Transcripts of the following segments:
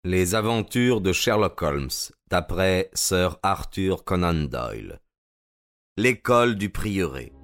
Les aventures de Sherlock Holmes, d'après Sir Arthur Conan Doyle. L'école du prieuré.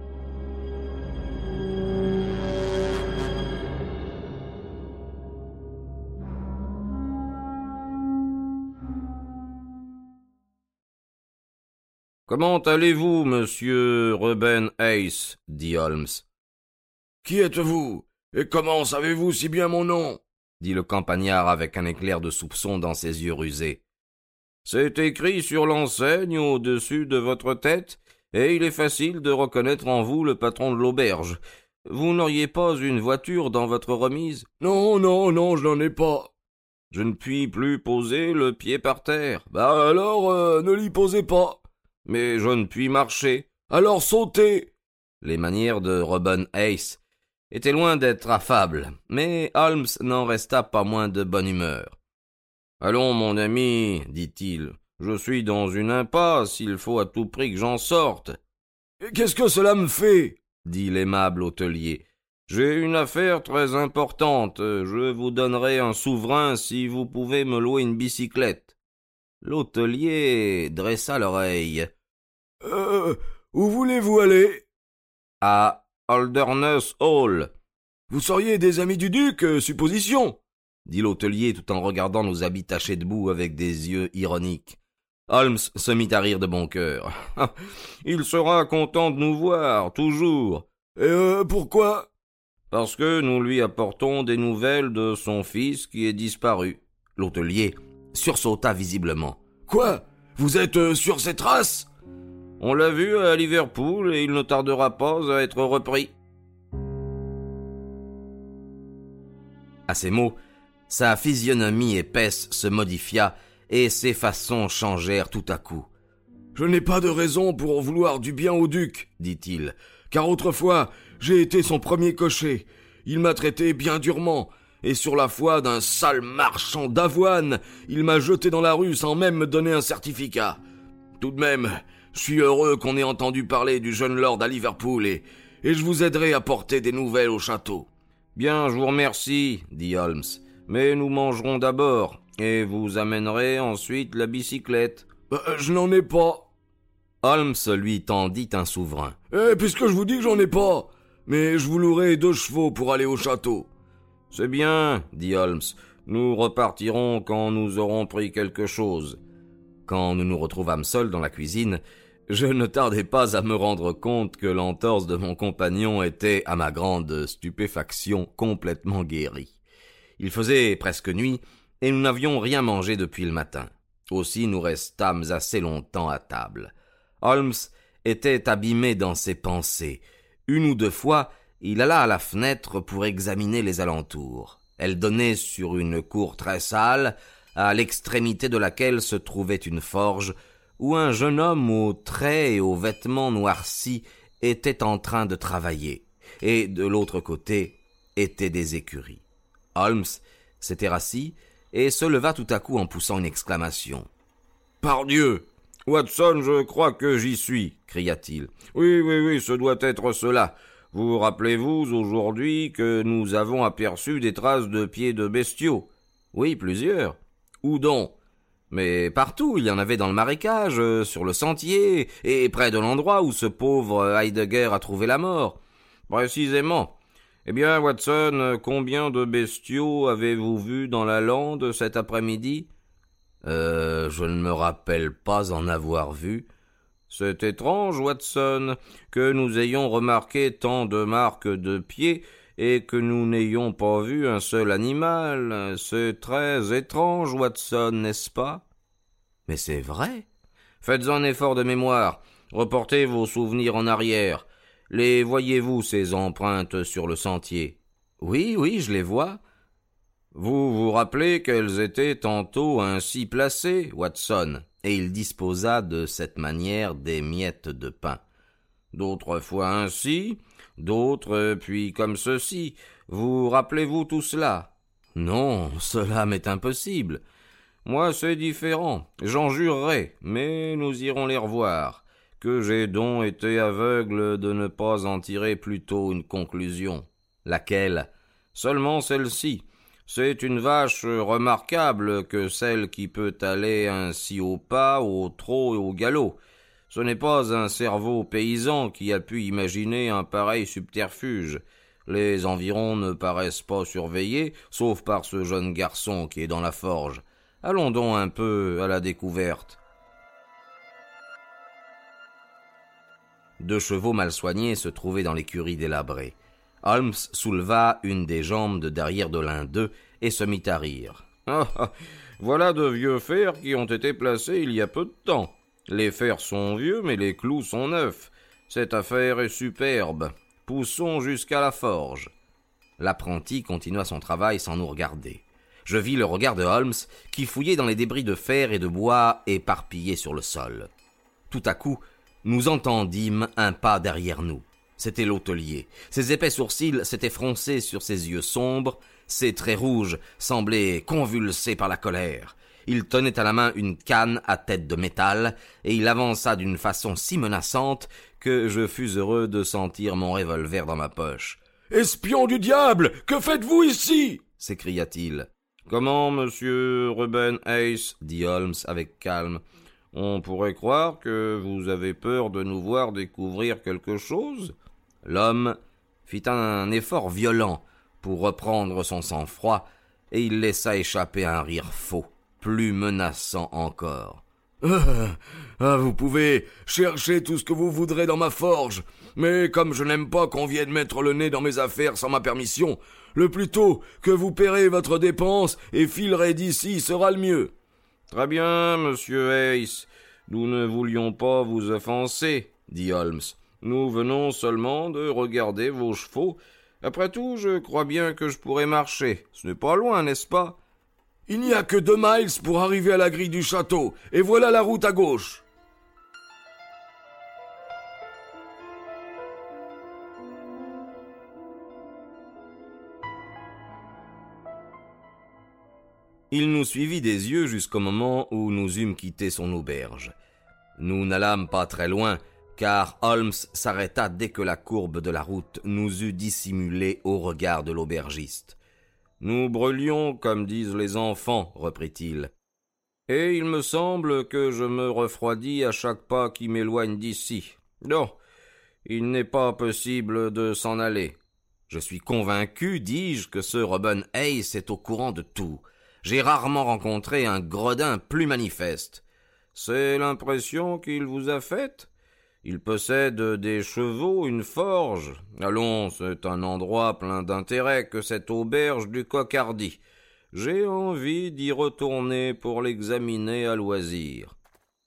Comment allez-vous, monsieur Reuben Hayes, dit Holmes. Qui êtes-vous, et comment savez-vous si bien mon nom? Dit le campagnard avec un éclair de soupçon dans ses yeux rusés. C'est écrit sur l'enseigne au-dessus de votre tête, et il est facile de reconnaître en vous le patron de l'auberge. Vous n'auriez pas une voiture dans votre remise? Non, je n'en ai pas. Je ne puis plus poser le pied par terre. Bah alors, ne l'y posez pas. Mais je ne puis marcher. Alors sautez. Les manières de Reuben Hayes étaient loin d'être affables, mais Holmes n'en resta pas moins de bonne humeur. « Allons, mon ami, dit-il, je suis dans une impasse, il faut à tout prix que j'en sorte. »« Qu'est-ce que cela me fait ?» dit l'aimable hôtelier. « J'ai une affaire très importante, je vous donnerai un souverain si vous pouvez me louer une bicyclette. » L'hôtelier dressa l'oreille. « Où voulez-vous aller ?»« À Holderness Hall. »« Vous seriez des amis du duc, supposition ?» dit l'hôtelier tout en regardant nos habits tachés de boue avec des yeux ironiques. Holmes se mit à rire de bon cœur. « Il sera content de nous voir, toujours. »« Et pourquoi ?»« Parce que nous lui apportons des nouvelles de son fils qui est disparu. » L'hôtelier sursauta visiblement. « Quoi? Vous êtes sur ses traces ?» On l'a vu à Liverpool et il ne tardera pas à être repris. À ces mots, sa physionomie épaisse se modifia et ses façons changèrent tout à coup. « Je n'ai pas de raison pour vouloir du bien au duc, dit-il, car autrefois j'ai été son premier cocher. Il m'a traité bien durement, et sur la foi d'un sale marchand d'avoine, il m'a jeté dans la rue sans même me donner un certificat. Tout de même, je suis heureux qu'on ait entendu parler du jeune lord à Liverpool et je vous aiderai à porter des nouvelles au château. »« Bien, je vous remercie, dit Holmes, mais nous mangerons d'abord, et vous amènerez ensuite la bicyclette. »« Je n'en ai pas. » Holmes lui tendit un souverain. « Puisque je vous dis que j'en ai pas, mais je vous louerai 2 chevaux pour aller au château. »« C'est bien, dit Holmes, nous repartirons quand nous aurons pris quelque chose. » Quand nous nous retrouvâmes seuls dans la cuisine, je ne tardai pas à me rendre compte que l'entorse de mon compagnon était, à ma grande stupéfaction, complètement guérie. Il faisait presque nuit, et nous n'avions rien mangé depuis le matin. Aussi nous restâmes assez longtemps à table. Holmes était abîmé dans ses pensées. 1 ou 2 fois, il alla à la fenêtre pour examiner les alentours. Elle donnait sur une cour très sale, à l'extrémité de laquelle se trouvait une forge, où un jeune homme aux traits et aux vêtements noircis était en train de travailler, et de l'autre côté étaient des écuries. Holmes s'était rassis et se leva tout à coup en poussant une exclamation. « Pardieu! Watson, je crois que j'y suis !» cria-t-il. « Oui, ce doit être cela. Vous rappelez-vous aujourd'hui que nous avons aperçu des traces de pieds de bestiaux? »« Oui, plusieurs. »« Où donc? » ?»« Mais partout, il y en avait dans le marécage, sur le sentier, et près de l'endroit où ce pauvre Heidegger a trouvé la mort. »« Précisément. Eh bien, Watson, combien de bestiaux avez-vous vu dans la lande cet après-midi? »« Je ne me rappelle pas en avoir vu. »« C'est étrange, Watson, que nous ayons remarqué tant de marques de pieds et que nous n'ayons pas vu un seul animal. C'est très étrange, Watson, n'est-ce pas? » « Mais c'est vrai. Faites un effort de mémoire. Reportez vos souvenirs en arrière. Les voyez-vous, ces empreintes sur le sentier? »« Oui, je les vois. »« Vous vous rappelez qu'elles étaient tantôt ainsi placées, Watson, et il disposa de cette manière des miettes de pain. D'autres fois ainsi, d'autres puis comme ceci. Vous rappelez-vous tout cela? »« Non, cela m'est impossible. » « Moi, c'est différent, j'en jurerai, mais nous irons les revoir. Que j'ai donc été aveugle de ne pas en tirer plus tôt une conclusion. » « Laquelle ? » « Seulement celle-ci. C'est une vache remarquable que celle qui peut aller ainsi au pas, au trot et au galop. Ce n'est pas un cerveau paysan qui a pu imaginer un pareil subterfuge. Les environs ne paraissent pas surveillés, sauf par ce jeune garçon qui est dans la forge. Allons donc un peu à la découverte. 2 chevaux mal soignés se trouvaient dans l'écurie délabrée. Holmes souleva une des jambes de derrière de l'un d'eux et se mit à rire. « Ah, voilà de vieux fers qui ont été placés il y a peu de temps. Les fers sont vieux, mais les clous sont neufs. Cette affaire est superbe. Poussons jusqu'à la forge. » L'apprenti continua son travail sans nous regarder. Je vis le regard de Holmes qui fouillait dans les débris de fer et de bois éparpillés sur le sol. Tout à coup, nous entendîmes un pas derrière nous. C'était l'hôtelier. Ses épais sourcils s'étaient froncés sur ses yeux sombres, ses traits rouges semblaient convulsés par la colère. Il tenait à la main une canne à tête de métal, et il avança d'une façon si menaçante que je fus heureux de sentir mon revolver dans ma poche. « Espion du diable, que faites-vous ici » s'écria-t-il. « Comment, monsieur Reuben Hayes » dit Holmes avec calme. « On pourrait croire que vous avez peur de nous voir découvrir quelque chose ?» L'homme fit un effort violent pour reprendre son sang-froid, et il laissa échapper un rire faux, plus menaçant encore. Vous pouvez chercher tout ce que vous voudrez dans ma forge, mais comme je n'aime pas qu'on vienne mettre le nez dans mes affaires sans ma permission, le plus tôt que vous paierez votre dépense et filerez d'ici sera le mieux. » « Très bien, monsieur Hayes, nous ne voulions pas vous offenser, » dit Holmes. « Nous venons seulement de regarder vos chevaux. Après tout, je crois bien que je pourrais marcher. Ce n'est pas loin, n'est-ce pas ?»« Il n'y a que 2 miles pour arriver à la grille du château, et voilà la route à gauche. » Il nous suivit des yeux jusqu'au moment où nous eûmes quitté son auberge. Nous n'allâmes pas très loin, car Holmes s'arrêta dès que la courbe de la route nous eut dissimulés au regard de l'aubergiste. « Nous brûlions, comme disent les enfants, » reprit-il. « Et il me semble que je me refroidis à chaque pas qui m'éloigne d'ici. Non, il n'est pas possible de s'en aller. Je suis convaincu, dis-je, que ce Reuben Hayes est au courant de tout. J'ai rarement rencontré un gredin plus manifeste. C'est l'impression qu'il vous a faite ? Il possède des chevaux, une forge. Allons, c'est un endroit plein d'intérêt que cette auberge du Coq-Hardy. J'ai envie d'y retourner pour l'examiner à loisir. »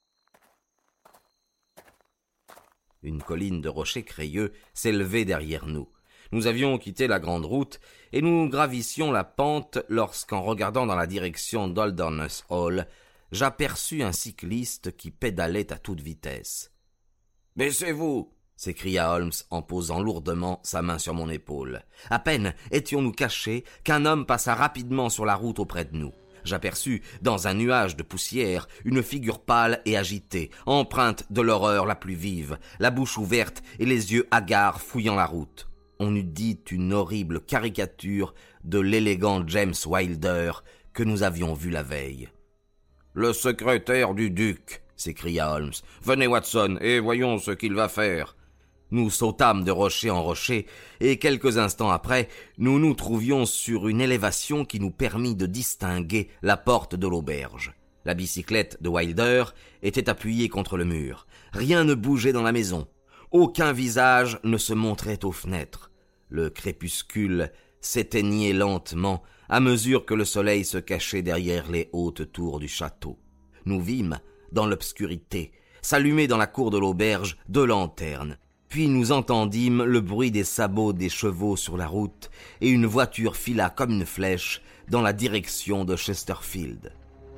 Une colline de rochers crayeux s'élevait derrière nous. Nous avions quitté la grande route et nous gravissions la pente lorsqu'en regardant dans la direction d'Holderness Hall, j'aperçus un cycliste qui pédalait à toute vitesse. « Baissez-vous » s'écria Holmes en posant lourdement sa main sur mon épaule. À peine étions-nous cachés qu'un homme passa rapidement sur la route auprès de nous. J'aperçus, dans un nuage de poussière, une figure pâle et agitée, empreinte de l'horreur la plus vive, la bouche ouverte et les yeux hagards fouillant la route. On eût dit une horrible caricature de l'élégant James Wilder que nous avions vu la veille. « Le secrétaire du duc !» s'écria Holmes. « Venez, Watson, et voyons ce qu'il va faire. » Nous sautâmes de rocher en rocher, et quelques instants après, nous nous trouvions sur une élévation qui nous permit de distinguer la porte de l'auberge. La bicyclette de Wilder était appuyée contre le mur. Rien ne bougeait dans la maison. Aucun visage ne se montrait aux fenêtres. Le crépuscule s'éteignait lentement à mesure que le soleil se cachait derrière les hautes tours du château. Nous vîmes, dans l'obscurité, s'allumer dans la cour de l'auberge 2 lanternes. Puis nous entendîmes le bruit des sabots des chevaux sur la route et une voiture fila comme une flèche dans la direction de Chesterfield.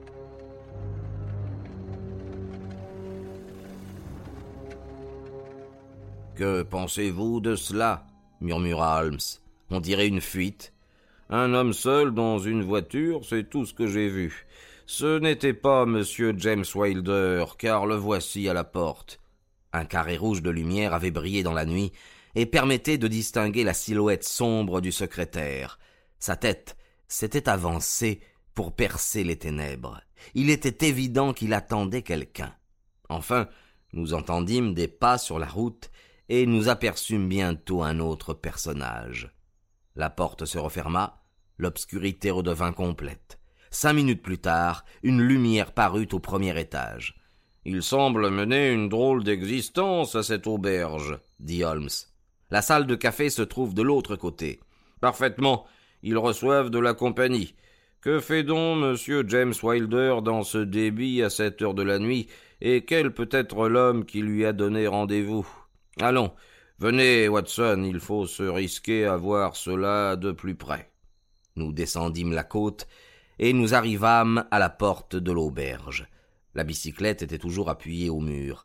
« Que pensez-vous de cela ?» murmura Holmes. « On dirait une fuite. Un homme seul dans une voiture, c'est tout ce que j'ai vu. Ce n'était pas monsieur James Wilder, car le voici à la porte. » Un carré rouge de lumière avait brillé dans la nuit et permettait de distinguer la silhouette sombre du secrétaire. Sa tête s'était avancé pour percer les ténèbres. Il était évident qu'il attendait quelqu'un. Enfin, nous entendîmes des pas sur la route et nous aperçûmes bientôt un autre personnage. La porte se referma, l'obscurité redevint complète. 5 minutes plus tard, une lumière parut au premier étage. « Il semble mener une drôle d'existence à cette auberge, » dit Holmes. « La salle de café se trouve de l'autre côté. »« Parfaitement, ils reçoivent de la compagnie. Que fait donc monsieur James Wilder dans ce débit à cette heure de la nuit, et quel peut être l'homme qui lui a donné rendez-vous? Allons, venez, Watson, il faut se risquer à voir cela de plus près. » Nous descendîmes la côte, et nous arrivâmes à la porte de l'auberge. La bicyclette était toujours appuyée au mur.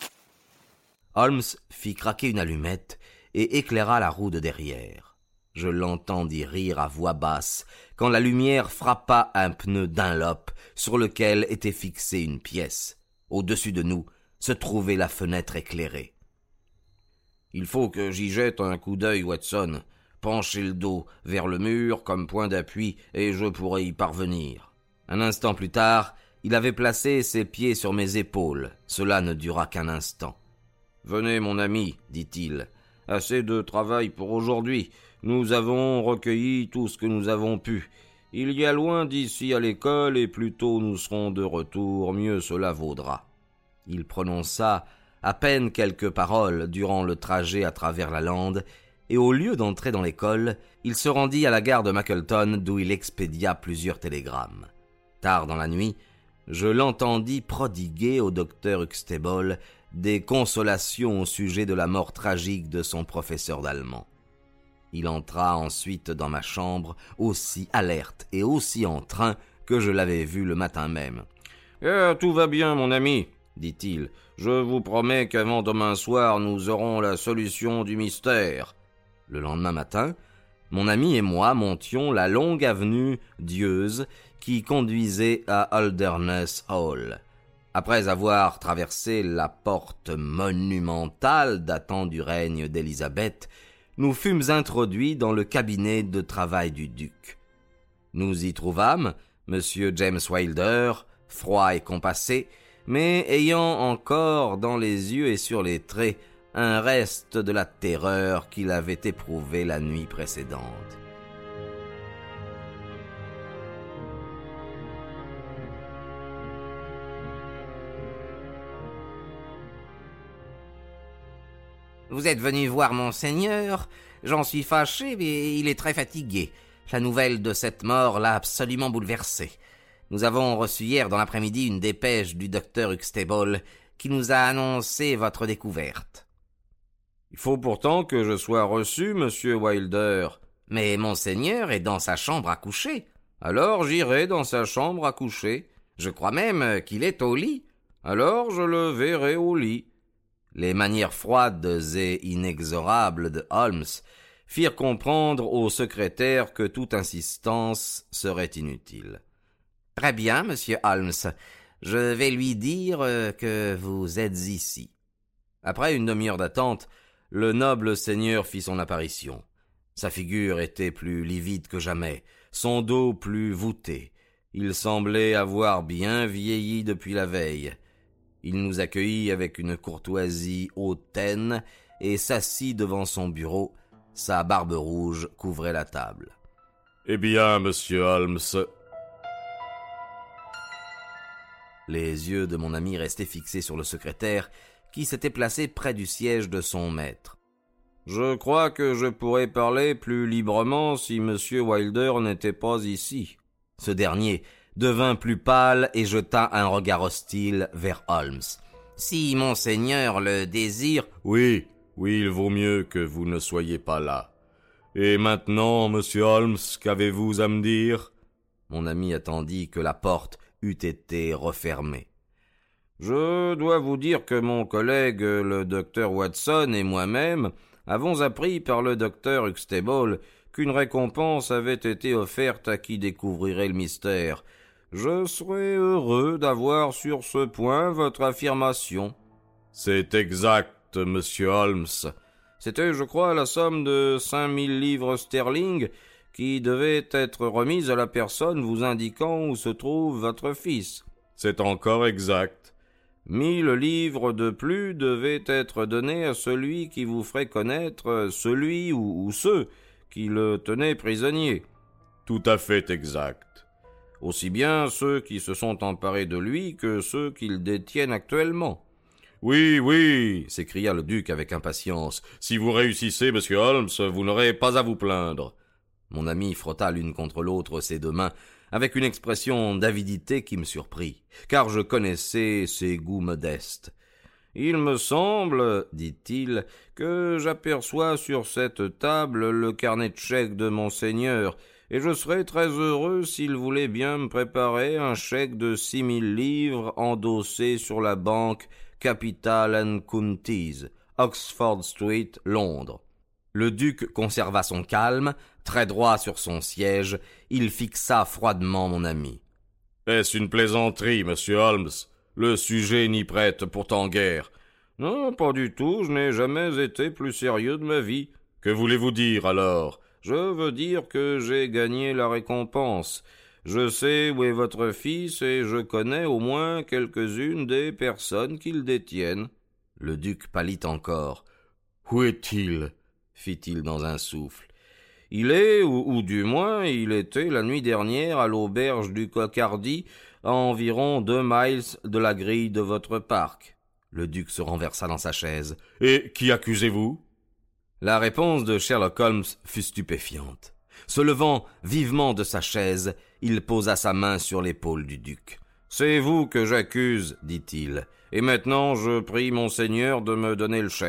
Holmes fit craquer une allumette et éclaira la roue de derrière. Je l'entendis rire à voix basse quand la lumière frappa un pneu Dunlop sur lequel était fixée une pièce. Au-dessus de nous se trouvait la fenêtre éclairée. « Il faut que j'y jette un coup d'œil, Watson. Penchez le dos vers le mur comme point d'appui et je pourrai y parvenir. » Un instant plus tard, il avait placé ses pieds sur mes épaules. Cela ne dura qu'un instant. « Venez, mon ami, dit-il. Assez de travail pour aujourd'hui. Nous avons recueilli tout ce que nous avons pu. Il y a loin d'ici à l'école et plus tôt nous serons de retour, mieux cela vaudra. » Il prononça à peine quelques paroles durant le trajet à travers la lande, et au lieu d'entrer dans l'école, il se rendit à la gare de Mackleton d'où il expédia plusieurs télégrammes. Tard dans la nuit, je l'entendis prodiguer au docteur Huxtable des consolations au sujet de la mort tragique de son professeur d'allemand. Il entra ensuite dans ma chambre, aussi alerte et aussi en train que je l'avais vu le matin même. « Tout va bien, mon ami, dit-il. Je vous promets qu'avant demain soir, nous aurons la solution du mystère. » Le lendemain matin, mon ami et moi montions la longue avenue Dieuze qui conduisait à Holderness Hall. Après avoir traversé la porte monumentale datant du règne d'Élisabeth, nous fûmes introduits dans le cabinet de travail du duc. Nous y trouvâmes M. James Wilder, froid et compassé, mais ayant encore dans les yeux et sur les traits un reste de la terreur qu'il avait éprouvée la nuit précédente. « Vous êtes venu voir monseigneur? J'en suis fâché, mais il est très fatigué. La nouvelle de cette mort l'a absolument bouleversé. Nous avons reçu hier dans l'après-midi une dépêche du docteur Huxtable qui nous a annoncé votre découverte. » « Il faut pourtant que je sois reçu, monsieur Wilder. »« Mais monseigneur est dans sa chambre à coucher. »« Alors j'irai dans sa chambre à coucher. Je crois même qu'il est au lit. Alors je le verrai au lit. » Les manières froides et inexorables de Holmes firent comprendre au secrétaire que toute insistance serait inutile. « Très bien, monsieur Holmes. Je vais lui dire que vous êtes ici. » Après une demi-heure d'attente, le noble seigneur fit son apparition. Sa figure était plus livide que jamais, son dos plus voûté. Il semblait avoir bien vieilli depuis la veille. Il nous accueillit avec une courtoisie hautaine et s'assit devant son bureau. Sa barbe rouge couvrait la table. « Eh bien, monsieur Holmes... » Les yeux de mon ami restaient fixés sur le secrétaire, qui s'était placé près du siège de son maître. « Je crois que je pourrais parler plus librement si monsieur Wilder n'était pas ici. » Ce dernier devint plus pâle et jeta un regard hostile vers Holmes. « Si monseigneur le désire... »« Oui, il vaut mieux que vous ne soyez pas là. Et maintenant, monsieur Holmes, qu'avez-vous à me dire ?» Mon ami attendit que la porte eût été refermée. « Je dois vous dire que mon collègue, le docteur Watson et moi-même, avons appris par le docteur Huxtable qu'une récompense avait été offerte à qui découvrirait le mystère. Je serais heureux d'avoir sur ce point votre affirmation. »« C'est exact, monsieur Holmes. C'était, je crois, la somme de 5 000 livres sterling qui devait être remise à la personne vous indiquant où se trouve votre fils. » »« C'est encore exact. » »« 1000 livres de plus devaient être donnés à celui qui vous ferait connaître celui ou ceux qui le tenaient prisonnier. » »« Tout à fait exact. » »« Aussi bien ceux qui se sont emparés de lui que ceux qui le détiennent actuellement. » »« Oui, oui, s'écria le duc avec impatience. Si vous réussissez, monsieur Holmes, vous n'aurez pas à vous plaindre. » Mon ami frotta l'une contre l'autre ses deux mains, avec une expression d'avidité qui me surprit, car je connaissais ses goûts modestes. « Il me semble, dit-il, que j'aperçois sur cette table le carnet de chèques de monseigneur, et je serais très heureux s'il voulait bien me préparer un chèque de 6000 livres endossé sur la banque Capital & Counties, Oxford Street, Londres. » Le duc conserva son calme, très droit sur son siège, il fixa froidement mon ami. « Est-ce une plaisanterie, monsieur Holmes ? Le sujet n'y prête pourtant guère. »« Non, pas du tout, je n'ai jamais été plus sérieux de ma vie. »« Que voulez-vous dire alors ? » ?»« Je veux dire que j'ai gagné la récompense. Je sais où est votre fils et je connais au moins quelques-unes des personnes qui le détiennent. » Le duc pâlit encore. « Où est-il » fit-il dans un souffle. « Il est, ou du moins il était la nuit dernière à l'auberge du Cocardi, à environ 2 miles de la grille de votre parc. » Le duc se renversa dans sa chaise. « Et qui accusez-vous » La réponse de Sherlock Holmes fut stupéfiante. Se levant vivement de sa chaise, il posa sa main sur l'épaule du duc. « C'est vous que j'accuse, dit-il, et maintenant je prie monseigneur de me donner le chèque. »